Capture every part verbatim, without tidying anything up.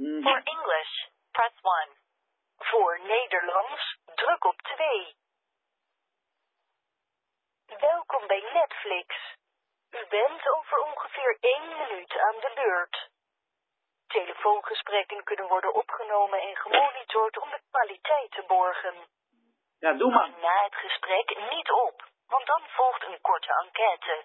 Mm. For English, press one. Voor Nederlands, druk op twee. Welkom bij Netflix. U bent over ongeveer één minuut aan de beurt. Telefoongesprekken kunnen worden opgenomen en gemonitord om de kwaliteit te borgen. Ja, doe maar. Hang na het gesprek niet op, want dan volgt een korte enquête.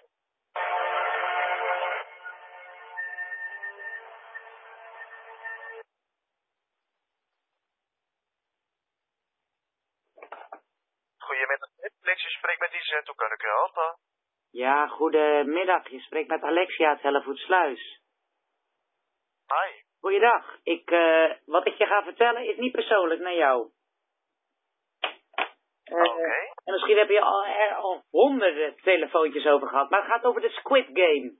Goedemiddag, Netflix, je spreekt met Izet, hoe kan ik u helpen? Ja, goedemiddag. Je spreekt met Alexia uit Hellevoetsluis. Hi. Goeiedag. Ik, uh, wat ik je ga vertellen is niet persoonlijk naar jou. Uh, Oké. Okay. En misschien heb je al, er al honderden telefoontjes over gehad, maar het gaat over de Squid Game.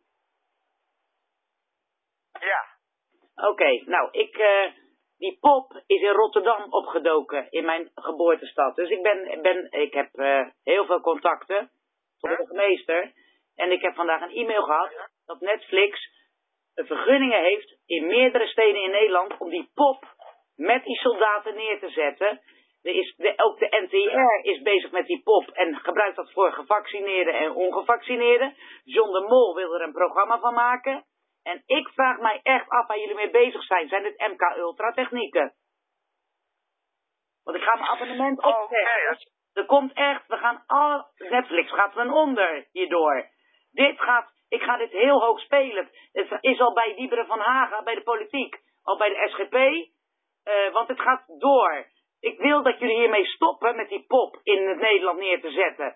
Ja. Oké, okay, nou, ik, uh, die pop is in Rotterdam opgedoken, in mijn geboortestad. Dus ik ben, ben ik heb uh, heel veel contacten tot de burgemeester. En ik heb vandaag een e-mail gehad dat Netflix vergunningen heeft in meerdere steden in Nederland om die pop met die soldaten neer te zetten. Er is de, ook de N T R is bezig met die pop en gebruikt dat voor gevaccineerden en ongevaccineerden. John de Mol wil er een programma van maken. En ik vraag mij echt af waar jullie mee bezig zijn. Zijn dit M K Ultra technieken? Want ik ga mijn abonnement opzeggen. Okay. Er komt echt, we gaan al, Netflix gaat ten onder hierdoor. Dit gaat, ik ga dit heel hoog spelen. Het is al bij Wieberen van Haga, bij de politiek, al bij de S G P, uh, want het gaat door. Ik wil dat jullie hiermee stoppen met die pop in het Nederland neer te zetten.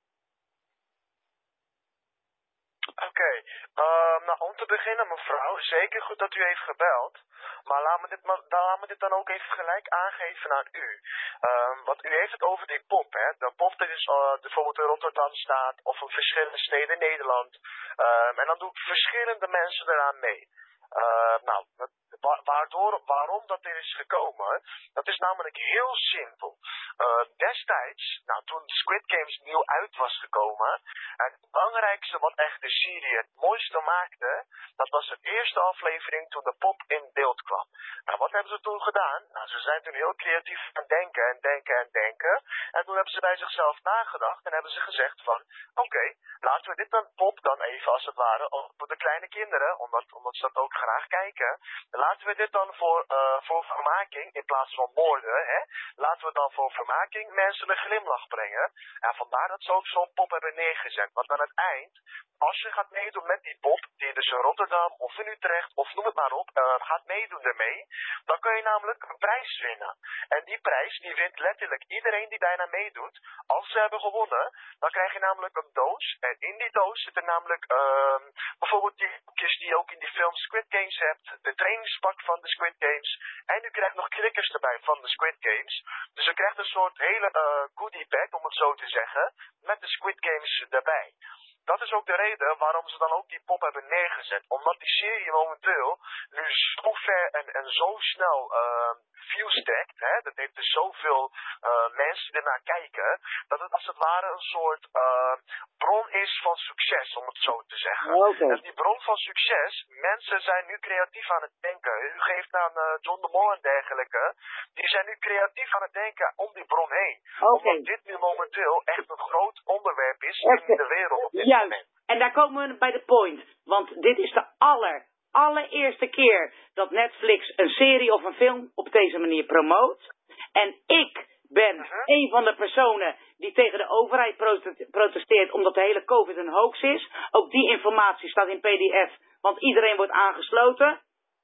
Oké, okay. uh, nou om te beginnen mevrouw, zeker goed dat u heeft gebeld. Maar laat me dit, maar, dan laat me dit dan ook even gelijk aangeven aan u. Um, want u heeft het over die pop, hè. De pop die dus uh, bijvoorbeeld in Rotterdam staat of in verschillende steden in Nederland. Um, en dan doen verschillende mensen eraan mee. Uh, nou, waardoor, waarom dat er is gekomen, dat is namelijk heel simpel. Uh, destijds, nou, toen Squid Games nieuw uit was gekomen, het belangrijkste wat echt de serie het mooiste maakte, dat was de eerste aflevering toen de pop in beeld kwam. Nou, wat hebben ze toen gedaan? Nou, ze zijn toen heel creatief gaan denken en denken en denken. En toen hebben ze bij zichzelf nagedacht en hebben ze gezegd van, oké, okay, laten we dit dan pop dan even als het ware, voor de kleine kinderen, omdat, omdat ze dat ook graag kijken, laten we dit dan voor, uh, voor vermaking, in plaats van moorden, hè, laten we dan voor vermaking mensen een glimlach brengen. En vandaar dat ze ook zo'n pop hebben neergezet. Want aan het eind, als je gaat meedoen met die pop, die dus in Rotterdam of in Utrecht, of noem het maar op, uh, gaat meedoen ermee, dan kun je namelijk een prijs winnen. En die prijs, die wint letterlijk iedereen die bijna meedoet. Als ze hebben gewonnen, dan krijg je namelijk een doos. En in die doos zitten namelijk uh, bijvoorbeeld die boekjes die je ook in die film Squid Games hebt, de trainingspak van de Squid Games, en u krijgt nog klikkers erbij van de Squid Games. Dus u krijgt een soort hele uh, goodie bag, om het zo te zeggen, met de Squid Games erbij. Dat is ook de reden waarom ze dan ook die pop hebben neergezet. Omdat die serie momenteel nu zo ver en, en zo snel uh, views stekt. Hè? Dat heeft dus zoveel uh, mensen die ernaar kijken. Dat het als het ware een soort uh, bron is van succes, om het zo te zeggen. Okay. En die bron van succes, mensen zijn nu creatief aan het denken. U geeft aan uh, John de Mol en dergelijke. Die zijn nu creatief aan het denken om die bron heen. Okay. Omdat dit nu momenteel echt een groot onderwerp is Echt, in de wereld op dit juist. moment. En daar komen we bij de point. Want dit is de aller, allereerste keer dat Netflix een serie of een film op deze manier promoot. En ik ben uh-huh. een van de personen die tegen de overheid protesteert omdat de hele COVID een hoax is. Ook die informatie staat in P D F, want iedereen wordt aangesloten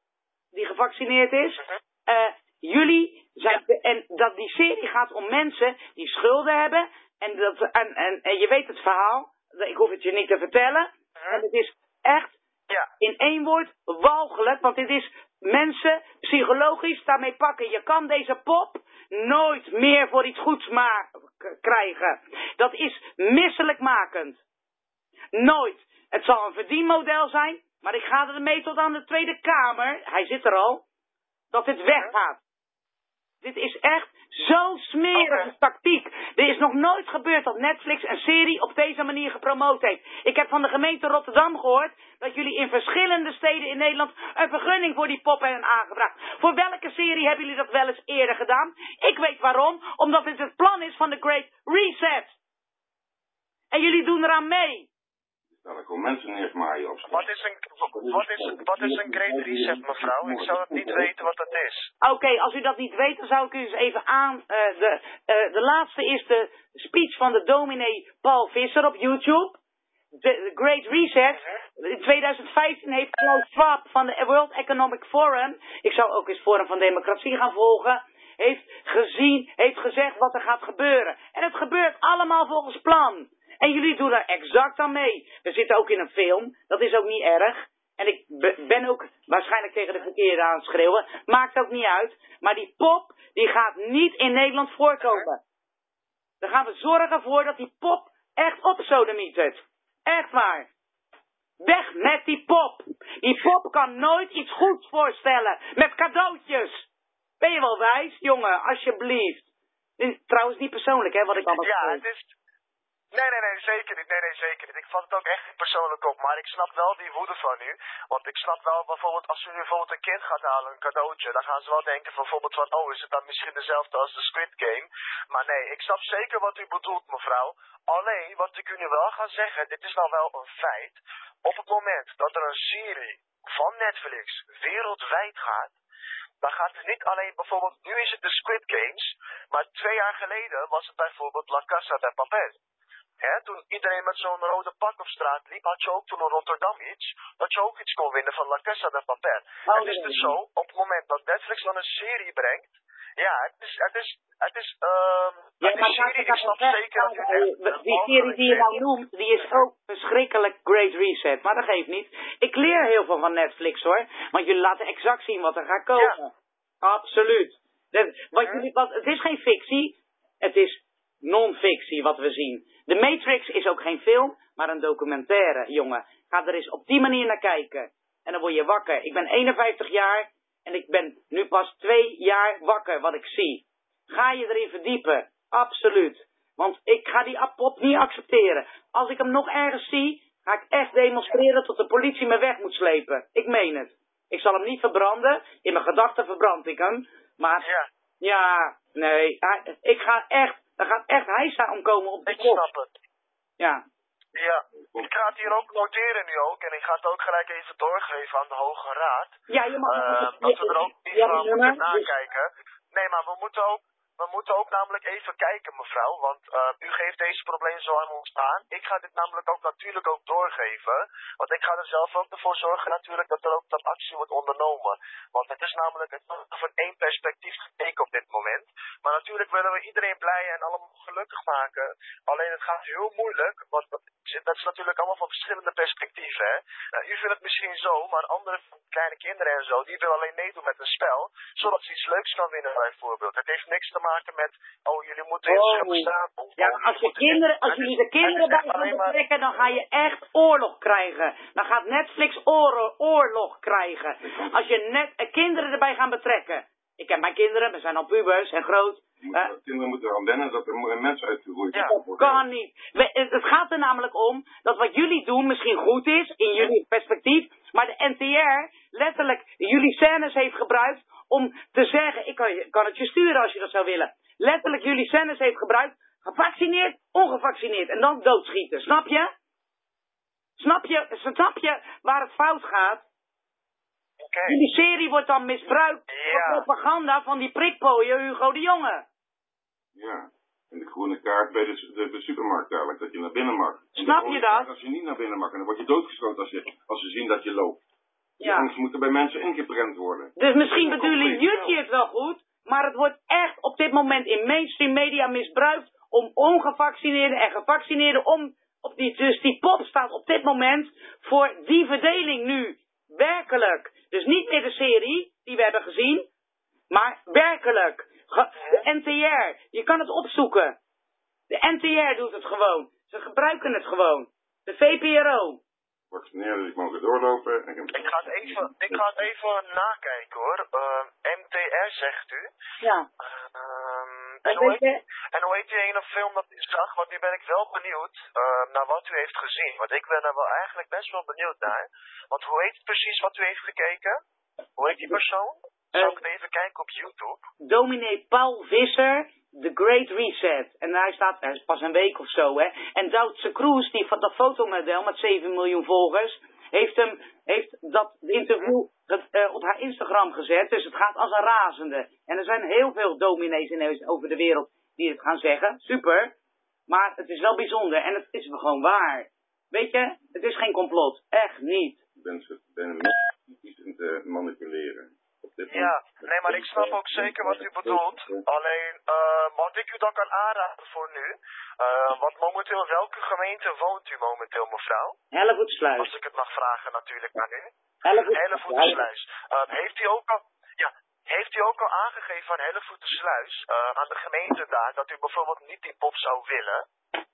die gevaccineerd is. Uh, jullie zijn, ja. En dat die serie gaat om mensen die schulden hebben. En, dat, en, en, en je weet het verhaal. Ik hoef het je niet te vertellen. Uh-huh. En het is echt, ja. in één woord, walgelijk. Want dit is mensen psychologisch daarmee pakken. Je kan deze pop nooit meer voor iets goeds ma- k- krijgen. Dat is misselijkmakend. Nooit. Het zal een verdienmodel zijn. Maar ik ga ermee tot aan de Tweede Kamer. Hij zit er al. Dat het weggaat. Dit is echt zo'n smerige Okay. tactiek. Er is nog nooit gebeurd dat Netflix een serie op deze manier gepromoot heeft. Ik heb van de gemeente Rotterdam gehoord dat jullie in verschillende steden in Nederland een vergunning voor die pop hebben aangevraagd. Voor welke serie hebben jullie dat wel eens eerder gedaan? Ik weet waarom. Omdat het het plan is van de Great Reset. En jullie doen eraan mee. Dat ik gewoon mensen neermaaien op Wat is een, wat is, wat is een Great Reset, mevrouw? Ik zou het niet weten wat dat is. Oké, okay, als u dat niet weet, dan zou ik u eens even aan... Uh, de, uh, de laatste is de speech van de dominee Paul Visser op YouTube. De, de Great Reset. In twintig vijftien heeft Klaus Schwab van de World Economic Forum... Ik zou ook eens Forum van Democratie gaan volgen... Heeft gezien, heeft gezegd wat er gaat gebeuren. En het gebeurt allemaal volgens plan. En jullie doen daar exact aan mee. We zitten ook in een film. Dat is ook niet erg. En ik ben ook waarschijnlijk tegen de verkeerde aan het schreeuwen. Maakt ook niet uit. Maar die pop, die gaat niet in Nederland voorkomen. Daar gaan we zorgen voor dat die pop echt opsodemietert. Echt waar. Weg met die pop. Die pop kan nooit iets goeds voorstellen. Met cadeautjes. Ben je wel wijs, jongen? Alsjeblieft. Dit is trouwens niet persoonlijk, hè, wat ik allemaal Ja, het is... Nee, nee, nee, zeker niet. Nee, nee, zeker niet. Ik vat het ook echt niet persoonlijk op. Maar ik snap wel die woede van u. Want ik snap wel bijvoorbeeld, als u nu bijvoorbeeld een kind gaat halen, een cadeautje, dan gaan ze wel denken van bijvoorbeeld van, oh, is het dan misschien dezelfde als de Squid Game? Maar nee, ik snap zeker wat u bedoelt, mevrouw. Alleen, wat ik u nu wel ga zeggen, dit is nou wel een feit. Op het moment dat er een serie van Netflix wereldwijd gaat, dan gaat het niet alleen bijvoorbeeld, nu is het de Squid Games, maar twee jaar geleden was het bijvoorbeeld La Casa de Papel. He, toen iedereen met zo'n rode pak op straat liep, had je ook toen in Rotterdam iets, dat je ook iets kon winnen van La Casa de Papel. Oh, het is dus zo, op het moment dat Netflix dan een serie brengt, ja, het is, het is, het is, um, ja, het maar is serie, ik snap weg, zeker dat u het echt... Die serie die je nou noemt, die is ook verschrikkelijk Great Reset, maar dat geeft niet. Ik leer heel veel van Netflix, hoor, want jullie laten exact zien wat er gaat komen. Ja. Absoluut. Dat, wat jullie, wat, het is geen fictie, het is non-fictie wat we zien. The Matrix is ook geen film, maar een documentaire, jongen. Ga er eens op die manier naar kijken. En dan word je wakker. Ik ben eenenvijftig jaar en ik ben nu pas twee jaar wakker wat ik zie. Ga je erin verdiepen? Absoluut. Want ik ga die pop niet accepteren. Als ik hem nog ergens zie, ga ik echt demonstreren tot de politie me weg moet slepen. Ik meen het. Ik zal hem niet verbranden. In mijn gedachten verbrand ik hem. Maar ja, ja nee. Ik ga echt, er gaat echt hijsa omkomen op de ik kop. snap het. Ja. Ja, ik ga het hier ook noteren nu ook. En ik ga het ook gelijk even doorgeven aan de Hoge Raad. Ja, je mag... Uh, dat we er ook iets ja, van ja, moeten dus... nakijken. Nee, maar we moeten ook... We moeten ook namelijk even kijken, mevrouw, want uh, u geeft deze probleem zo aan ons aan. Ik ga dit namelijk ook natuurlijk ook doorgeven, want ik ga er zelf ook ervoor zorgen natuurlijk dat er ook dat actie wordt ondernomen. Want het is namelijk het van één perspectief gekeken op dit moment. Maar natuurlijk willen we iedereen blij en allemaal gelukkig maken. Alleen het gaat heel moeilijk, want dat, dat is natuurlijk allemaal van verschillende perspectieven. Hè? Nou, u vindt het misschien zo, maar andere kleine kinderen en zo, die willen alleen meedoen met een spel, zodat ze iets leuks kan winnen bijvoorbeeld. Het heeft niks te maken met, oh, jullie moeten oh. in staan. Of, ja, oh, als, je kinderen, als jullie de kinderen bij gaan betrekken, dan ga je echt oorlog krijgen. Dan gaat Netflix oorlog, oorlog krijgen. Als je net uh, kinderen erbij gaan betrekken. Ik heb mijn kinderen, we zijn al pubers en groot. Uh, kinderen moeten eraan wennen dat er mensen uitgegroeid ja, worden. Dat kan niet. We, het gaat er namelijk om dat wat jullie doen misschien goed is, in jullie perspectief, maar de N T R letterlijk jullie scènes heeft gebruikt om te zeggen, ik kan, kan het je sturen als je dat zou willen. Letterlijk jullie scènes heeft gebruikt, gevaccineerd, ongevaccineerd en dan doodschieten. Snap je? Snap je, snap je waar het fout gaat? Okay. Jullie serie wordt dan misbruikt ja. voor propaganda van die prikpooier Hugo de Jonge. Ja, en de groene kaart bij de, de, de supermarkt dadelijk, dat je naar binnen mag. Snap je dat? Als je niet naar binnen mag, en dan word je doodgeschoten als, je, als ze zien dat je loopt. Die ja. angst moet er bij mensen ingeprent worden. Dus misschien bedoelen jullie het wel goed, maar het wordt echt op dit moment in mainstream media misbruikt om ongevaccineerden en gevaccineerden om... Op die, dus die pop staat op dit moment voor die verdeling nu. Werkelijk. Dus niet meer de serie die we hebben gezien, maar werkelijk. De N T R. Je kan het opzoeken. De N T R doet het gewoon. Ze gebruiken het gewoon. De V P R O. Vaccineren, dus ik mag doorlopen. En ik, ga het even, ik ga het even nakijken hoor. Uh, M T R zegt u. Ja. En hoe, heet, en hoe heet die ene film dat u zag? Want nu ben ik wel benieuwd uh, naar wat u heeft gezien. Want ik ben er wel eigenlijk best wel benieuwd naar. Want hoe heet het precies wat u heeft gekeken? Hoe heet die persoon? Zal ik het even kijken op YouTube? Dominee Paul Visser, The Great Reset. En hij staat, hij is pas een week of zo, hè. En Duitse Kroes, die van dat fotomodel met zeven miljoen volgers, heeft hem, heeft dat interview uh, op haar Instagram gezet. Dus het gaat als een razende. En er zijn heel veel dominees in, over de wereld die het gaan zeggen. Super. Maar het is wel bijzonder. En het is gewoon waar. Weet je, het is geen complot. Echt niet. Ik ben, ben niet te manipuleren. Ja, nee, maar ik snap ook zeker wat u bedoelt. Alleen, uh, wat ik u dan kan aanraden voor nu, uh, want momenteel, welke gemeente woont u momenteel, mevrouw? Hellevoetsluis. Als ik het mag vragen natuurlijk aan u. Hellevoetsluis. Uh, heeft u ook al, ja, heeft u ook al aangegeven aan Hellevoetsluis, uh, aan de gemeente daar, dat u bijvoorbeeld niet die pop zou willen?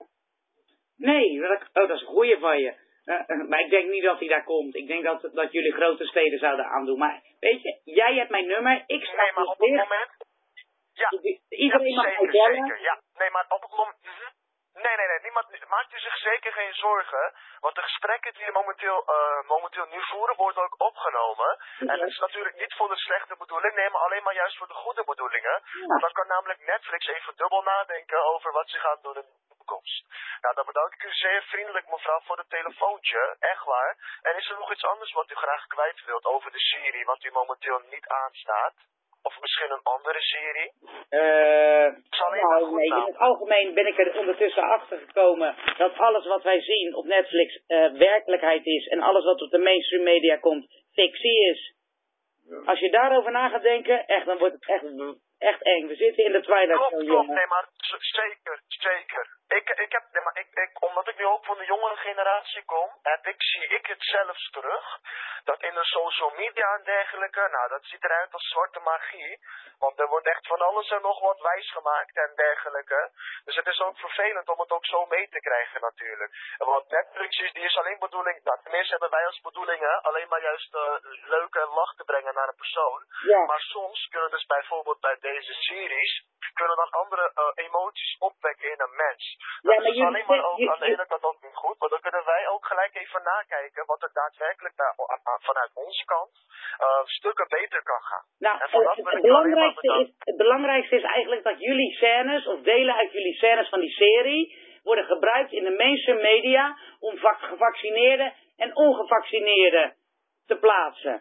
Nee, dat, oh, dat is een goeie van je. Uh, uh, maar ik denk niet dat hij daar komt. Ik denk dat, dat jullie grote steden zouden aandoen. Maar weet je, jij hebt mijn nummer. Ik sta nee, maar op het moment... Ja, iedereen ja, mag zeker, mij bellen. Zeker, ja. Nee, maar op het moment... Nee, nee, nee. Niemand, maakt u zich zeker geen zorgen. Want de gesprekken die we momenteel, uh, momenteel nu voeren, worden ook opgenomen. Ja. En het is natuurlijk niet voor de slechte bedoeling. Nee, maar alleen maar juist voor de goede bedoelingen. Ja. Want dan kan namelijk Netflix even dubbel nadenken over wat ze gaan doen in de toekomst. Nou, dan bedank ik u zeer vriendelijk, mevrouw, voor het telefoontje. Echt waar. En is er nog iets anders wat u graag kwijt wilt over de serie, wat u momenteel niet aanstaat? Of misschien een andere serie? Uh, nou, nee, in het algemeen ben ik er ondertussen achter gekomen dat alles wat wij zien op Netflix uh, werkelijkheid is. En alles wat op de mainstream media komt, fictie is. Ja. Als je daarover na gaat denken, echt, dan wordt het echt, echt eng. We zitten in de Twilight Zone, jongen. Klopt, nee, maar zeker, zeker. Ik, ik heb, nee, maar ik, ik, omdat ik nu ook van de jongere generatie kom, heb ik, zie ik het zelfs terug, dat in de social media en dergelijke, nou, dat ziet eruit als zwarte magie, want er wordt echt van alles en nog wat wijsgemaakt en dergelijke. Dus het is ook vervelend om het ook zo mee te krijgen natuurlijk. Want Netflix is, die is alleen bedoeling, nou, tenminste hebben wij als bedoeling, hè, alleen maar juist uh, leuke lach te brengen naar een persoon. Ja. Maar soms kunnen dus bijvoorbeeld bij deze series, kunnen dan andere uh, emoties opwekken in een mens. Dat ja, maar is alleen maar ook, aan de ene kant ook niet goed, maar dan kunnen wij ook gelijk even nakijken wat er daadwerkelijk naar, vanuit onze kant uh, stukken beter kan gaan. Nou, het, het, belangrijkste is, het belangrijkste is eigenlijk dat jullie scènes, of delen uit jullie scènes van die serie, worden gebruikt in de mainstream media om gevaccineerden en ongevaccineerden te plaatsen.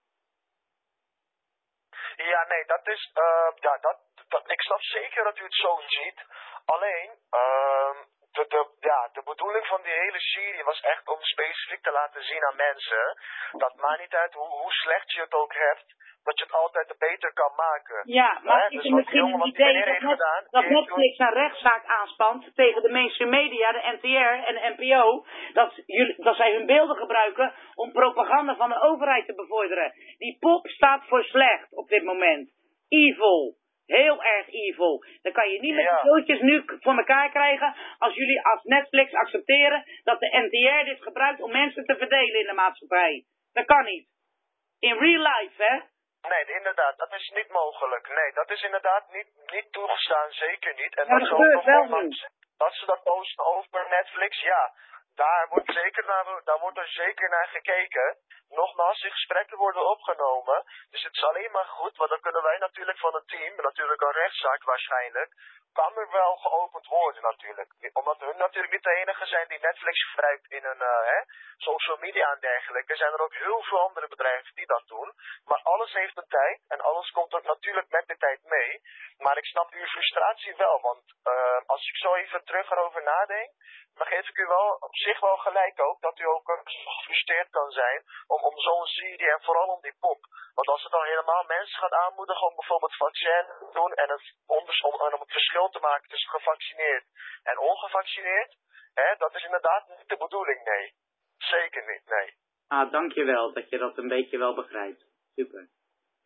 Ja, nee, dat is, uh, ja, dat, dat, ik snap zeker dat u het zo ziet. Alleen, uh, de, de, ja, de bedoeling van die hele serie was echt om specifiek te laten zien aan mensen, dat maakt niet uit hoe, hoe slecht je het ook hebt, dat je het altijd beter kan maken. Ja, maar het is dus misschien een idee dat, net, gedaan, dat Netflix een rechtszaak aanspant tegen de mainstream media, de N T R en de N P O, dat, jullie, dat zij hun beelden gebruiken om propaganda van de overheid te bevorderen. Die pop staat voor slecht op dit moment. Evil. Heel erg evil. Dan kan je niet met de zootjes nu voor elkaar krijgen als jullie als Netflix accepteren dat de N T R dit gebruikt om mensen te verdelen in de maatschappij. Dat kan niet. In real life, hè? Nee, inderdaad, dat is niet mogelijk. Nee, dat is inderdaad niet, niet toegestaan, zeker niet. En ja, dat, dat gebeurt wel dat, dat ze dat posten over Netflix, ja, daar wordt, zeker naar, daar wordt er zeker naar gekeken. Nogmaals, die gesprekken worden opgenomen. Dus het is alleen maar goed, want dan kunnen wij natuurlijk van het team, natuurlijk een rechtszaak waarschijnlijk, kan er wel geopend worden natuurlijk. Omdat hun natuurlijk niet de enige zijn die Netflix gebruikt in hun uh, hè, social media en dergelijke. Er zijn er ook heel veel andere bedrijven die dat doen. Maar alles heeft een tijd en alles komt ook natuurlijk met de tijd mee. Maar ik snap uw frustratie wel, want uh, als ik zo even terug erover nadenk, dan geef ik u wel op zich wel gelijk ook dat u ook uh, gefrustreerd kan zijn om, om zo'n serie en vooral om die pop. Want als het dan helemaal mensen gaat aanmoedigen om bijvoorbeeld vaccin te doen en het, om, om, om het verschil te maken tussen gevaccineerd en ongevaccineerd, hè, dat is inderdaad niet de bedoeling, nee. Zeker niet, nee. Ah, dankjewel dat je dat een beetje wel begrijpt. Super.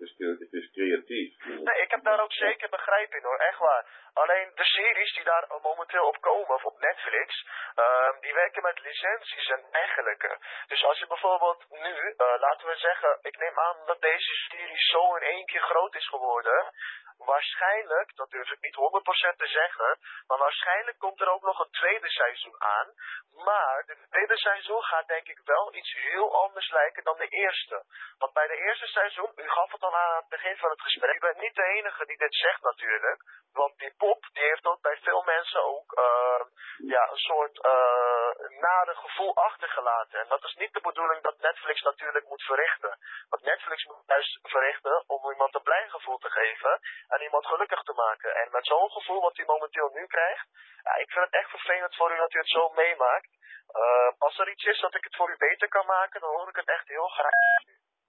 is, het is creatief. Nee, ik heb daar ook zeker begrip in hoor, echt waar. Alleen de series die daar momenteel op komen, of op Netflix, uh, die werken met licenties en dergelijke. Dus als je bijvoorbeeld nu, uh, laten we zeggen, ik neem aan dat deze serie zo in één keer groot is geworden. Waarschijnlijk, dat durf ik niet honderd procent te zeggen, maar waarschijnlijk komt er ook nog een tweede seizoen aan. Maar het tweede seizoen gaat denk ik wel iets heel anders lijken dan de eerste. Want bij de eerste seizoen, u gaf het al aan het begin van het gesprek, ik ben niet de enige die dit zegt natuurlijk. Want die pop, die heeft ook bij veel mensen ook uh, ja, een soort uh, nare gevoel achtergelaten. En dat is niet de bedoeling dat Netflix natuurlijk moet verrichten. Want Netflix moet juist verrichten om iemand een blij gevoel te geven en iemand gelukkig te maken. En met zo'n gevoel wat hij momenteel nu krijgt, ja, ik vind het echt vervelend voor u dat u het zo meemaakt. Uh, als er iets is dat ik het voor u beter kan maken, dan hoor ik het echt heel graag.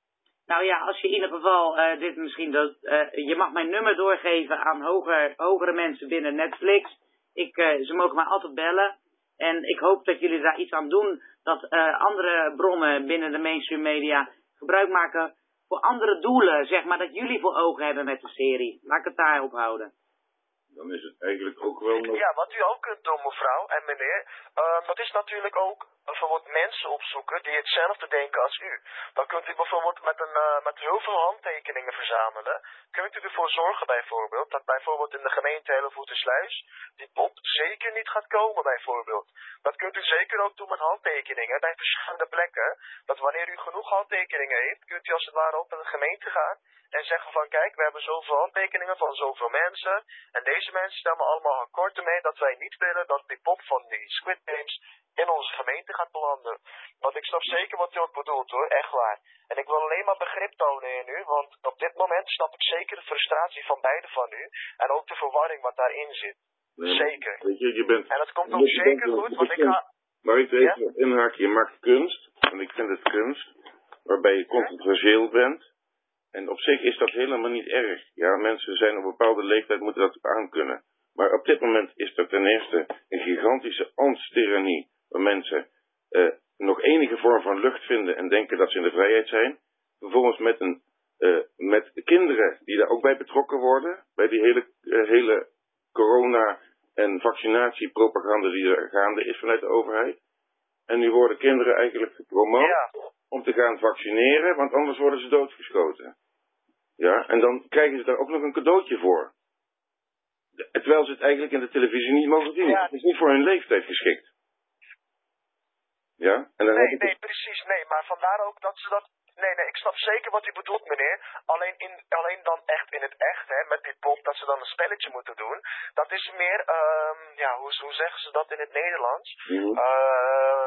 Nou ja, als je in ieder geval uh, dit misschien, dat, uh, je mag mijn nummer doorgeven aan hoger, hogere mensen binnen Netflix. Ik, uh, ze mogen mij altijd bellen. En ik hoop dat jullie daar iets aan doen, dat uh, andere bronnen binnen de mainstream media gebruik maken voor andere doelen, zeg maar, dat jullie voor ogen hebben met de serie. Laat ik het daarop houden. Dan is het eigenlijk ook wel nog... Ja, wat u ook kunt doen, mevrouw en meneer, uh, dat is natuurlijk ook bijvoorbeeld mensen opzoeken die hetzelfde denken als u. Dan kunt u bijvoorbeeld met, een, uh, met heel veel handtekeningen verzamelen. Kunt u ervoor zorgen bijvoorbeeld dat bijvoorbeeld in de gemeente Hellevoetsluis die pop zeker niet gaat komen bijvoorbeeld. Dat kunt u zeker ook doen met handtekeningen bij verschillende plekken. Dat wanneer u genoeg handtekeningen heeft, kunt u als het ware ook naar de gemeente gaan en zeggen van kijk, we hebben zoveel handtekeningen van zoveel mensen. En deze mensen stemmen allemaal akkoord ermee dat wij niet willen dat die pop van die Squid Games in onze gemeente gaat belanden. Want ik snap zeker wat u ook bedoelt hoor, echt waar. En ik wil alleen maar begrip tonen in u, want op dit moment snap ik zeker de frustratie van beide van u. En ook de verwarring wat daarin zit. Nee, zeker. Weet je, je bent, en dat komt ook zeker bent, goed, want ik ga... Maar ik even ja? inhaken, je maakt kunst, en ik vind het kunst, waarbij je controversieel bent. En op zich is dat helemaal niet erg. Ja, mensen zijn op een bepaalde leeftijd, moeten dat aankunnen. Maar op dit moment is er ten eerste een gigantische ambtstyrannie, waar mensen uh, nog enige vorm van lucht vinden en denken dat ze in de vrijheid zijn. Vervolgens met, een, uh, met kinderen die daar ook bij betrokken worden, bij die hele, uh, hele corona- en vaccinatiepropaganda die er gaande is vanuit de overheid. En nu worden kinderen eigenlijk gepromoot ja. om te gaan vaccineren, want anders worden ze doodgeschoten. Ja, en dan krijgen ze daar ook nog een cadeautje voor. Terwijl ze het eigenlijk in de televisie niet mogen zien. Ja. Het is niet voor hun leeftijd geschikt. Ja? En dan nee, heb nee, het... precies. Nee, maar vandaar ook dat ze dat... Nee, nee, ik snap zeker wat u bedoelt, meneer. Alleen, in, alleen dan echt in het echt, hè, met dit pop, dat ze dan een spelletje moeten doen. Dat is meer, um, ja, hoe, hoe zeggen ze dat in het Nederlands? Mm-hmm. Uh,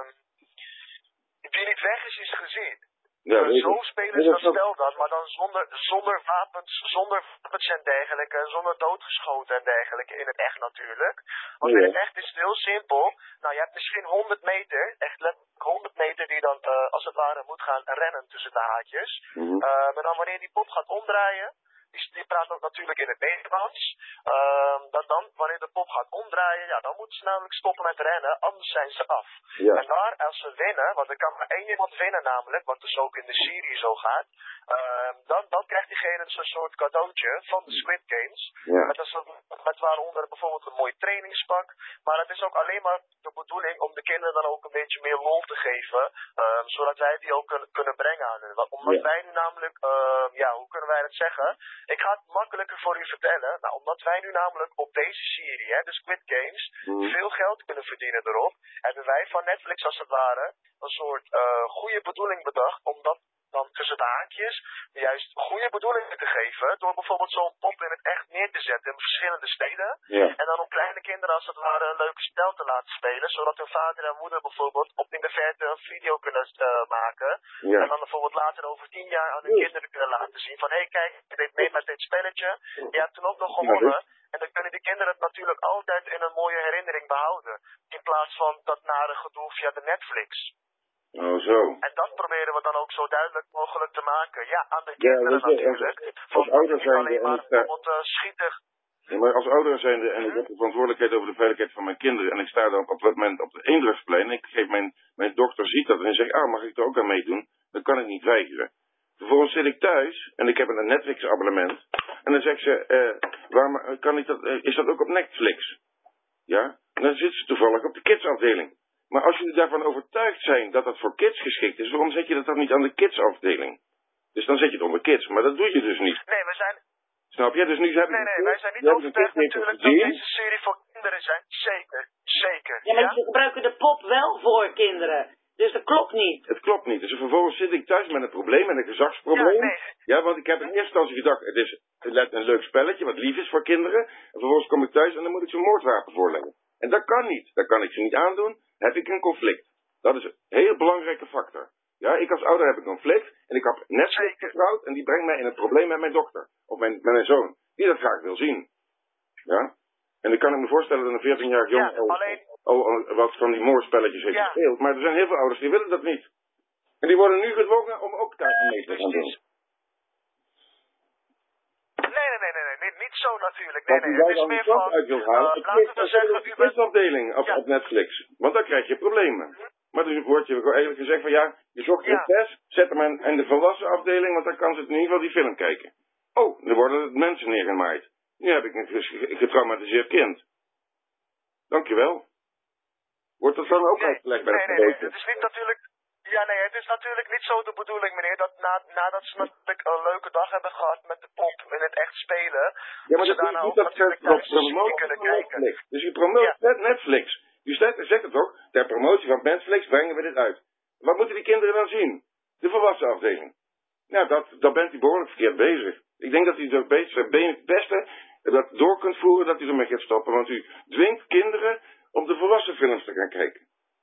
wie niet weg is, is gezien. Ja, dus zo spelen ze dat dat spel dan, maar dan zonder, zonder wapens, zonder wapens en dergelijke, zonder doodgeschoten en dergelijke, in het echt natuurlijk. Want ja. in het echt is het heel simpel. Nou, je hebt misschien honderd meter, echt letterlijk honderd meter die dan uh, als het ware moet gaan rennen tussen de haakjes. Mm-hmm. Uh, maar dan wanneer die pop gaat omdraaien, die, die praat ook natuurlijk in het Nederlands. Uh, dat dan, wanneer de pop gaat omdraaien, ja, dan moeten ze namelijk stoppen met rennen, anders zijn ze af. Ja. En daar, als ze winnen, want er kan maar één iemand winnen namelijk, wat dus ook in de serie zo gaat, uh, dan, dan krijgt diegene dus een soort cadeautje van de Squid Games. Ja. Met, een, met waaronder bijvoorbeeld een mooi trainingspak. Maar het is ook alleen maar de bedoeling om de kinderen dan ook een beetje meer lol te geven, uh, zodat wij die ook kunnen, kunnen brengen aan hen. Omdat ja. wij nu namelijk, uh, ja, hoe kunnen wij het zeggen? Ik ga het makkelijker voor u vertellen. Nou, omdat wij nu namelijk op deze serie, hè, de Squid Games, mm. veel geld kunnen verdienen erop, hebben wij van Netflix als het ware een soort uh, goede bedoeling bedacht, omdat dan tussen de haakjes juist goede bedoelingen te geven, door bijvoorbeeld zo'n pop in het echt neer te zetten in verschillende steden. Ja. En dan om kleine kinderen als het ware een leuke spel te laten spelen, zodat hun vader en moeder bijvoorbeeld op in de verte een video kunnen uh, maken. Ja. En dan bijvoorbeeld later over tien jaar aan hun ja. kinderen kunnen laten zien van hé hey, kijk, je deed mee met dit spelletje, je hebt toen ook nog gewonnen. Ja, en dan kunnen die kinderen het natuurlijk altijd in een mooie herinnering behouden. In plaats van dat nare gedoe via de Netflix. Oh, zo. En dat proberen we dan ook zo duidelijk mogelijk te maken. Ja, aan de kinderen ja, je, natuurlijk. Als, als ouder zijn alleen maar bijvoorbeeld uh, schieten. Ja, maar als ouder zijnde en ik heb de verantwoordelijkheid over de veiligheid van mijn kinderen en ik sta dan op dat moment op het Eendrachtsplein en ik geef mijn, mijn dochter ziet dat en zegt, ah, mag ik er ook aan meedoen? Dan kan ik niet weigeren. Vervolgens zit ik thuis en ik heb een Netflix abonnement. En dan zegt ze, uh, waarom kan ik dat, uh, is dat ook op Netflix? Ja? En dan zit ze toevallig op de kidsafdeling. Maar als jullie daarvan overtuigd zijn dat dat voor kids geschikt is, waarom zet je dat dan niet aan de kidsafdeling? Dus dan zet je het onder kids, maar dat doe je dus niet. Nee, we zijn... Snap je? Dus nu heb Nee, ik nee, wij zijn niet overtuigd natuurlijk dat gezien. deze serie voor kinderen zijn. Zeker, zeker. Ja, maar Ja? ze gebruiken de pop wel voor kinderen. Dus dat klopt niet. Het klopt niet. Dus vervolgens zit ik thuis met een probleem, met een gezagsprobleem. Ja, nee. Ja, want ik heb in eerste instantie gedacht, het is een leuk spelletje, wat lief is voor kinderen. En vervolgens kom ik thuis en dan moet ik zo'n moordwapen voorleggen. En dat kan niet. Dat kan ik ze niet aandoen. Dan heb ik een conflict. Dat is een heel belangrijke factor. Ja, ik als ouder heb een conflict en ik heb Netflix getrouwd en die brengt mij in een probleem met mijn dochter. Of mijn, met mijn zoon. Die dat graag wil zien. Ja. En dan kan ik me voorstellen dat een veertienjarig jongen Ja, alleen... al, al wat van die moordspelletjes heeft Ja. gespeeld. Maar er zijn heel veel ouders die willen dat niet. En die worden nu gedwongen om ook daar aan mee te gaan doen. Nee, nee, nee, nee, nee, niet, niet zo natuurlijk. Nee, Dat nee, jij het is dan meer die van... kant uit wil halen. Uh, laten we zeggen, de u bent... kidsafdeling op, Ja. op Netflix. Want dan krijg je problemen. Maar dan wordt je eigenlijk gezegd van ja, je zocht Ja. test, zet hem in, in de volwassen afdeling, want dan kan ze in ieder geval die film kijken. Oh, dan worden het mensen neergemaaid. Nu heb ik een ges- getraumatiseerd kind. Dankjewel. Wordt dat dan ook Nee, uitgelegd bij nee, de nee, nee, politie? het is niet natuurlijk... Ja, nee, het is natuurlijk niet zo de bedoeling, meneer, dat na, nadat ze natuurlijk een leuke dag hebben gehad met de pop in het echt spelen, Ja, maar ze dat daarna doet ook dat natuurlijk ter thuis de serie promotie kunnen van kijken. Netflix. Dus je promoot Ja. net Netflix. U zegt, zegt het toch, ter promotie van Netflix brengen we dit uit. Wat moeten die kinderen dan zien? De volwassen afdeling. Nou, dat, dat bent u behoorlijk verkeerd bezig. Ik denk dat u het beste, beste dat door kunt voeren dat u ermee gaat stoppen. Want u dwingt kinderen om de volwassen films te gaan kijken.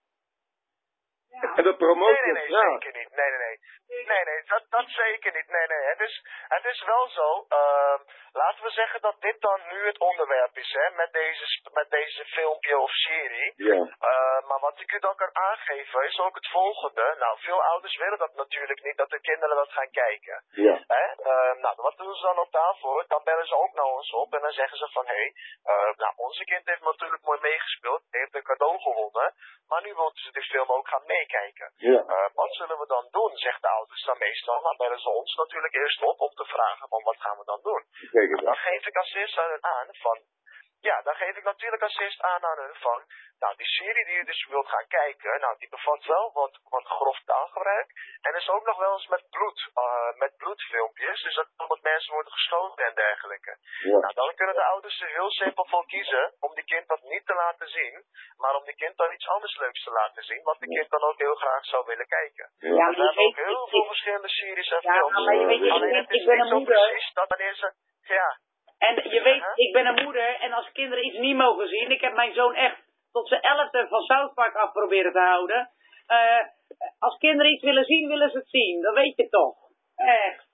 Ja. En dat promoot Nee, nee, nee, ja. zeker niet. Nee, nee, nee. Nee, nee, dat, dat zeker niet. Nee, nee, het is, het is wel zo. Uh, laten we zeggen dat dit dan nu het onderwerp is, hè, met deze, met deze filmpje of serie. Ja. Uh, maar wat ik u dan kan aangeven is ook het volgende. Nou, veel ouders willen dat natuurlijk niet, dat de kinderen dat gaan kijken. Ja. Hè? Uh, nou, wat doen ze dan ook daarvoor? Dan bellen ze ook naar ons op en dan zeggen ze van, hé, hey, uh, nou, onze kind heeft natuurlijk mooi meegespeeld, heeft een cadeau gewonnen, maar nu willen ze de film ook gaan meekijken. Ja. Uh, wat zullen we dan doen, zegt de ouders dan meestal. Dan bellen ze ons natuurlijk eerst op om te vragen van, wat gaan we dan doen? Kijk eens. Nou, dan geef ik als eerste aan hun aan van, ja, dan geef ik natuurlijk als eerste aan aan hun van, nou, die serie die je dus wilt gaan kijken, nou, die bevat wel wat, wat grof taalgebruik. En is ook nog wel eens met bloed, uh, met bloedfilmpjes. Dus dat omdat mensen worden geschoten en dergelijke. Ja. Nou, dan kunnen de ouders er heel simpel voor kiezen om die kind dat niet te laten zien, maar om die kind dan iets anders leuks te laten zien, wat de kind dan ook heel graag zou willen kijken. Ja. Ja, We maar je hebben ook weet, heel ik- veel ik- verschillende series en Ja, films. maar je weet, ik, Alleen ik, het is ik ben niet een zo moeder. precies dat wanneer ze, ja. En je weet, Uh-huh. ik ben een moeder en als kinderen iets niet mogen zien, ik heb mijn zoon echt tot zijn elfde van South Park af proberen te houden. Uh, als kinderen iets willen zien, willen ze het zien. Dat weet je toch. Echt.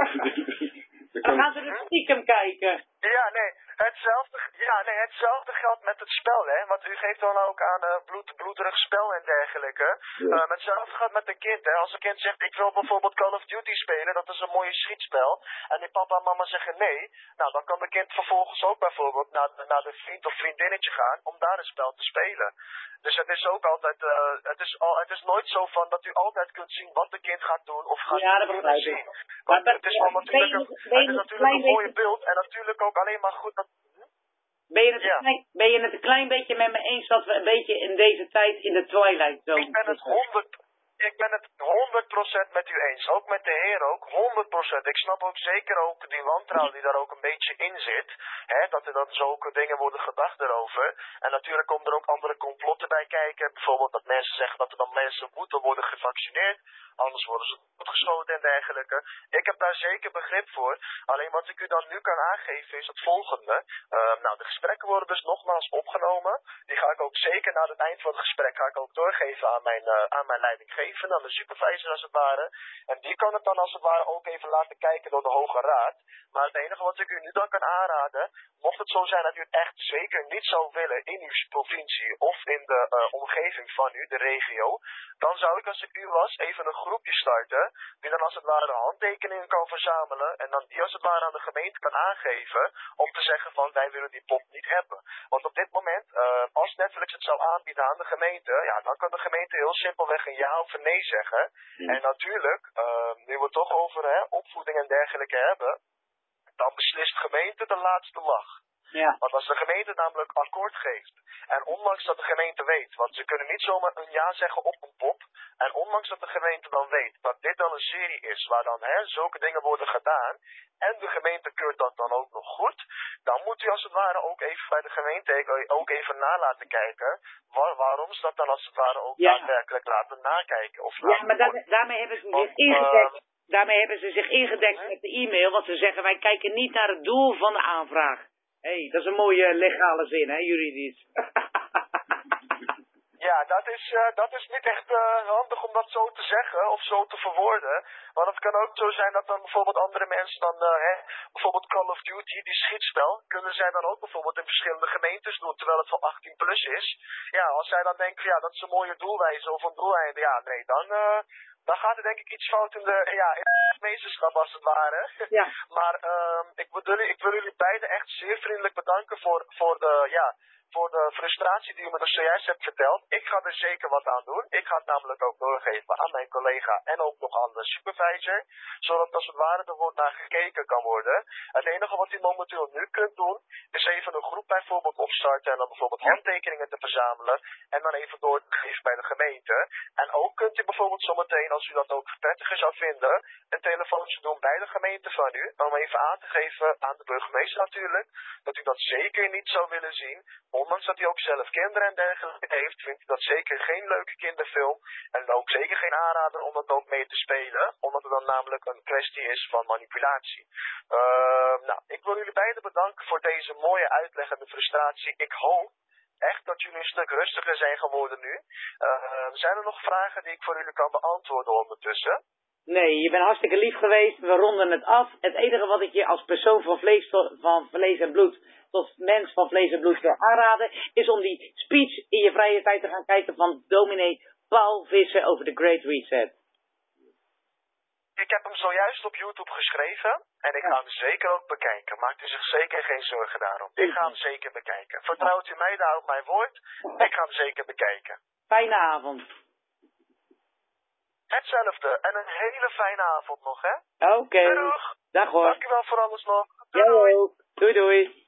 Dan gaan ze dus stiekem kijken. Ja, nee, hetzelfde, ja, nee, hetzelfde geldt met het spel, hè. Want u geeft dan ook aan uh, bloed, bloederig spel en dergelijke. Ja. Uh, hetzelfde gaat met een kind, hè. Als een kind zegt, ik wil bijvoorbeeld Call of Duty spelen, dat is een mooie schietspel. En die papa en mama zeggen nee. Nou, dan kan de kind vervolgens ook bijvoorbeeld naar, naar de vriend of vriendinnetje gaan om daar een spel te spelen. Dus het is ook altijd, uh, het, is al, het is nooit zo van dat u altijd kunt zien wat de kind gaat doen of gaat Ja, dat doen begrijp en ik. zien. Maar Want het is wel ben- natuurlijk ben een, je- ben je het is een natuurlijk klein een mooie beetje- beeld en natuurlijk ook alleen maar goed dat... Ben je, het Ja. een klein, ben je het een klein beetje met me eens dat we een beetje in deze tijd in de Twilight Zone Ik ben het zitten? honderd, ik ben het honderd procent met u eens. Ook met de heer ook, honderd procent. Ik snap ook zeker ook die wantrouwen die daar ook een beetje in zit. Hè, dat er dan zulke dingen worden gedacht erover. En natuurlijk komen er ook andere complotten bij kijken. Bijvoorbeeld dat mensen zeggen dat er dan mensen moeten worden gevaccineerd. Anders worden ze doodgeschoten en dergelijke. Ik heb daar zeker begrip voor. Alleen wat ik u dan nu kan aangeven is het volgende. Uh, nou, de gesprekken worden dus nogmaals opgenomen. Die ga ik ook zeker na het eind van het gesprek ga ik ook doorgeven aan mijn, uh, aan mijn leidinggevende, aan de supervisor als het ware. En die kan het dan als het ware ook even laten kijken door de Hoge Raad. Maar het enige wat ik u nu dan kan aanraden, mocht het zo zijn dat u het echt zeker niet zou willen in uw provincie of in de uh, omgeving van u, de regio, dan zou ik als ik u was even een groepje starten, die dan als het ware de handtekeningen kan verzamelen en dan die als het ware aan de gemeente kan aangeven om te zeggen van wij willen die pop niet hebben. Want op dit moment, uh, als Netflix het zou aanbieden aan de gemeente, ja, dan kan de gemeente heel simpelweg een ja of een durven nee zeggen. Hmm. En natuurlijk, uh, nu we het toch over hè, opvoeding en dergelijke hebben, dan beslist de gemeente de laatste lach. Ja. Want als de gemeente namelijk akkoord geeft, en ondanks dat de gemeente weet, want ze kunnen niet zomaar een ja zeggen op een pop, en ondanks dat de gemeente dan weet dat dit dan een serie is waar dan hè, zulke dingen worden gedaan, en de gemeente keurt dat dan ook nog goed, dan moet u als het ware ook even bij de gemeente ook even na laten kijken, waar, waarom ze dat dan als het ware ook Ja. daadwerkelijk laten nakijken. Of Ja, laten maar da worden. daarmee hebben ze zich Want, ingedekt. uh, Daarmee hebben ze zich ingedekt met de e-mail, want ze zeggen wij kijken niet naar het doel van de aanvraag. Hé, hey, dat is een mooie legale zin, hè, juridisch. Ja, dat is, uh, dat is niet echt uh, handig om dat zo te zeggen of zo te verwoorden. Want het kan ook zo zijn dat dan bijvoorbeeld andere mensen dan, uh, hè, bijvoorbeeld Call of Duty, die schietspel, kunnen zij dan ook bijvoorbeeld in verschillende gemeentes doen, terwijl het voor achttien plus is. Ja, als zij dan denken, ja, dat is een mooie doelwijze of een doeleinde, ja, nee, dan... Uh, Dan gaat er denk ik iets fout in de, ja, in de meesterschap als het ware. Ja. Maar uh, ik, bedoel, ik wil jullie beiden echt zeer vriendelijk bedanken voor, voor de, ja, voor de frustratie die u me dus zojuist hebt verteld. Ik ga er zeker wat aan doen. Ik ga het namelijk ook doorgeven aan mijn collega en ook nog aan de supervisor. Zodat als het ware er wordt naar gekeken kan worden. Het enige wat u momenteel nu kunt doen, is even een groep bijvoorbeeld opstarten en dan bijvoorbeeld handtekeningen te verzamelen. En dan even door te geven bij de gemeente. En ook kunt u bijvoorbeeld zometeen, als u dat ook prettiger zou vinden, een telefoontje doen bij de gemeente van u. Om even aan te geven aan de burgemeester natuurlijk, dat u dat zeker niet zou willen zien. Ondanks dat hij ook zelf kinderen en dergelijke heeft, vindt hij dat zeker geen leuke kinderfilm. En ook zeker geen aanrader om dat ook mee te spelen. Omdat het dan namelijk een kwestie is van manipulatie. Uh, nou, ik wil jullie beiden bedanken voor deze mooie uitleg en de frustratie. Ik hoop echt dat jullie een stuk rustiger zijn geworden nu. Uh, zijn er nog vragen die ik voor jullie kan beantwoorden ondertussen? Nee, je bent hartstikke lief geweest. We ronden het af. Het enige wat ik je als persoon van vlees, van vlees en bloed tot mens van vlees en bloed wil aanraden, is om die speech in je vrije tijd te gaan kijken van dominee Paul Visser over de Great Reset. Ik heb hem zojuist op YouTube geschreven en ik ga hem zeker ook bekijken. Maakt u zich zeker geen zorgen daarom. Ik ga hem zeker bekijken. Vertrouwt u mij daar op mijn woord? Ik ga hem zeker bekijken. Fijne avond. Hetzelfde. En een hele fijne avond nog, hè? Oké. Okay. Doeg. Dag hoor. Dankjewel voor alles nog. Doei doei. Doei doei.